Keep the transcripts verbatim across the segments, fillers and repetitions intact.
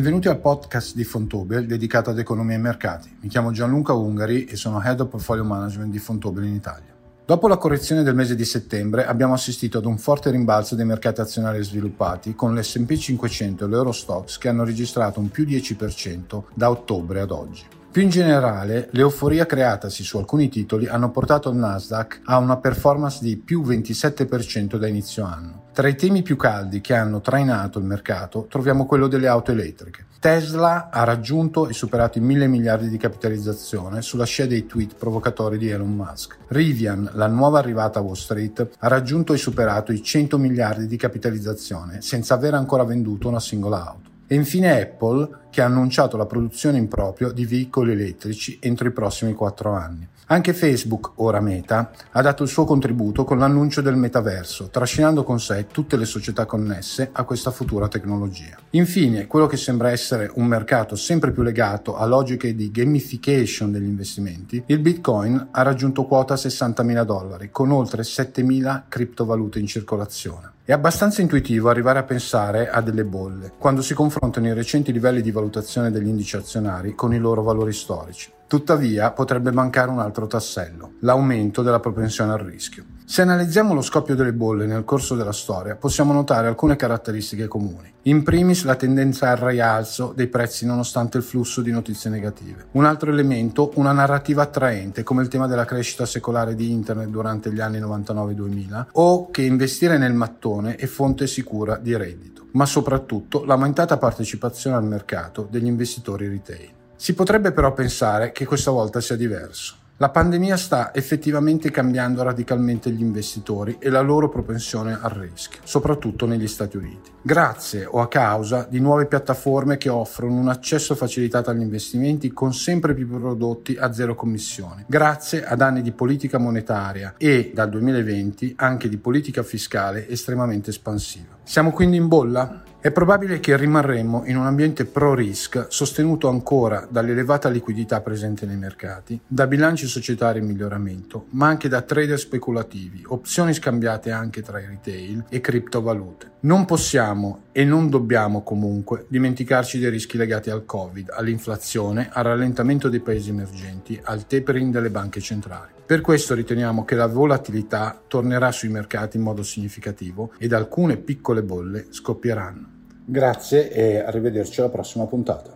Benvenuti al podcast di Fontobel dedicato ad economia e mercati. Mi chiamo Gianluca Ungari e sono Head of Portfolio Management di Fontobel in Italia. Dopo la correzione del mese di settembre abbiamo assistito ad un forte rimbalzo dei mercati azionari sviluppati con l'esse and pi cinquecento e l'Eurostoxx che hanno registrato un più dieci per cento da ottobre ad oggi. Più in generale, l'euforia creatasi su alcuni titoli hanno portato il Nasdaq a una performance di più ventisette per cento da inizio anno. Tra i temi più caldi che hanno trainato il mercato troviamo quello delle auto elettriche. Tesla ha raggiunto e superato i mille miliardi di capitalizzazione sulla scia dei tweet provocatori di Elon Musk. Rivian, la nuova arrivata a Wall Street, ha raggiunto e superato i cento miliardi di capitalizzazione senza aver ancora venduto una singola auto. E infine Apple, che ha annunciato la produzione in proprio di veicoli elettrici entro i prossimi quattro anni. Anche Facebook, ora Meta, ha dato il suo contributo con l'annuncio del metaverso, trascinando con sé tutte le società connesse a questa futura tecnologia. Infine, quello che sembra essere un mercato sempre più legato a logiche di gamification degli investimenti, il Bitcoin ha raggiunto quota sessantamila dollari, con oltre settemila criptovalute in circolazione. È abbastanza intuitivo arrivare a pensare a delle bolle, quando si confrontano i recenti livelli di valutazione degli indici azionari con i loro valori storici. Tuttavia, potrebbe mancare un altro tassello, l'aumento della propensione al rischio. Se analizziamo lo scoppio delle bolle nel corso della storia, possiamo notare alcune caratteristiche comuni. In primis, la tendenza al rialzo dei prezzi nonostante il flusso di notizie negative. Un altro elemento, una narrativa attraente, come il tema della crescita secolare di Internet durante gli anni novantanove duemila, o che investire nel mattone è fonte sicura di reddito. Ma soprattutto, l'aumentata partecipazione al mercato degli investitori retail. Si potrebbe però pensare che questa volta sia diverso. La pandemia sta effettivamente cambiando radicalmente gli investitori e la loro propensione al rischio, soprattutto negli Stati Uniti. Grazie o a causa di nuove piattaforme che offrono un accesso facilitato agli investimenti con sempre più prodotti a zero commissioni. Grazie ad anni di politica monetaria e, dal duemilaventi, anche di politica fiscale estremamente espansiva. Siamo quindi in bolla? È probabile che rimarremo in un ambiente pro-risk sostenuto ancora dall'elevata liquidità presente nei mercati, da bilanci societari in miglioramento, ma anche da trader speculativi, opzioni scambiate anche tra i retail e criptovalute. Non possiamo e non dobbiamo comunque dimenticarci dei rischi legati al Covid, all'inflazione, al rallentamento dei paesi emergenti, al tapering delle banche centrali. Per questo riteniamo che la volatilità tornerà sui mercati in modo significativo ed alcune piccole bolle scoppieranno. Grazie e arrivederci alla prossima puntata.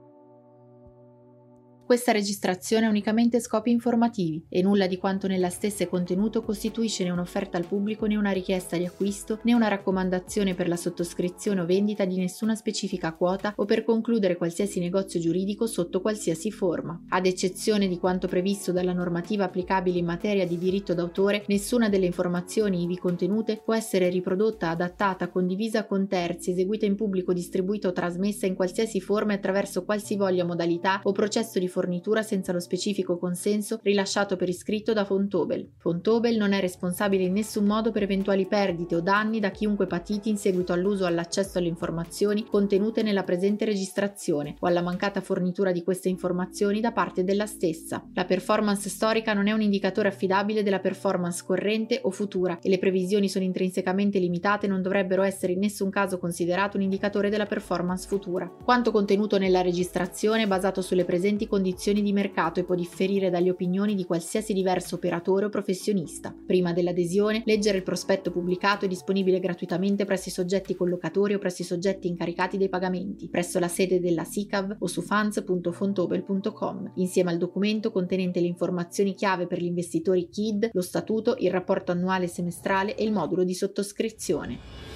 Questa registrazione ha unicamente scopi informativi e nulla di quanto nella stessa è contenuto costituisce né un'offerta al pubblico né una richiesta di acquisto né una raccomandazione per la sottoscrizione o vendita di nessuna specifica quota o per concludere qualsiasi negozio giuridico sotto qualsiasi forma. Ad eccezione di quanto previsto dalla normativa applicabile in materia di diritto d'autore, nessuna delle informazioni ivi contenute può essere riprodotta, adattata, condivisa con terzi, eseguita in pubblico, distribuita o trasmessa in qualsiasi forma e attraverso qualsivoglia modalità o processo di fornitura senza lo specifico consenso rilasciato per iscritto da Fontobel. Fontobel non è responsabile in nessun modo per eventuali perdite o danni da chiunque patiti in seguito all'uso o all'accesso alle informazioni contenute nella presente registrazione o alla mancata fornitura di queste informazioni da parte della stessa. La performance storica non è un indicatore affidabile della performance corrente o futura e le previsioni sono intrinsecamente limitate e non dovrebbero essere in nessun caso considerato un indicatore della performance futura. Quanto contenuto nella registrazione è basato sulle presenti condizioni condizioni di mercato e può differire dalle opinioni di qualsiasi diverso operatore o professionista. Prima dell'adesione, leggere il prospetto pubblicato è disponibile gratuitamente presso i soggetti collocatori o presso i soggetti incaricati dei pagamenti, presso la sede della S I C A V o su funds punto fontobel punto com, insieme al documento contenente le informazioni chiave per gli investitori K I D, lo statuto, il rapporto annuale e semestrale e il modulo di sottoscrizione.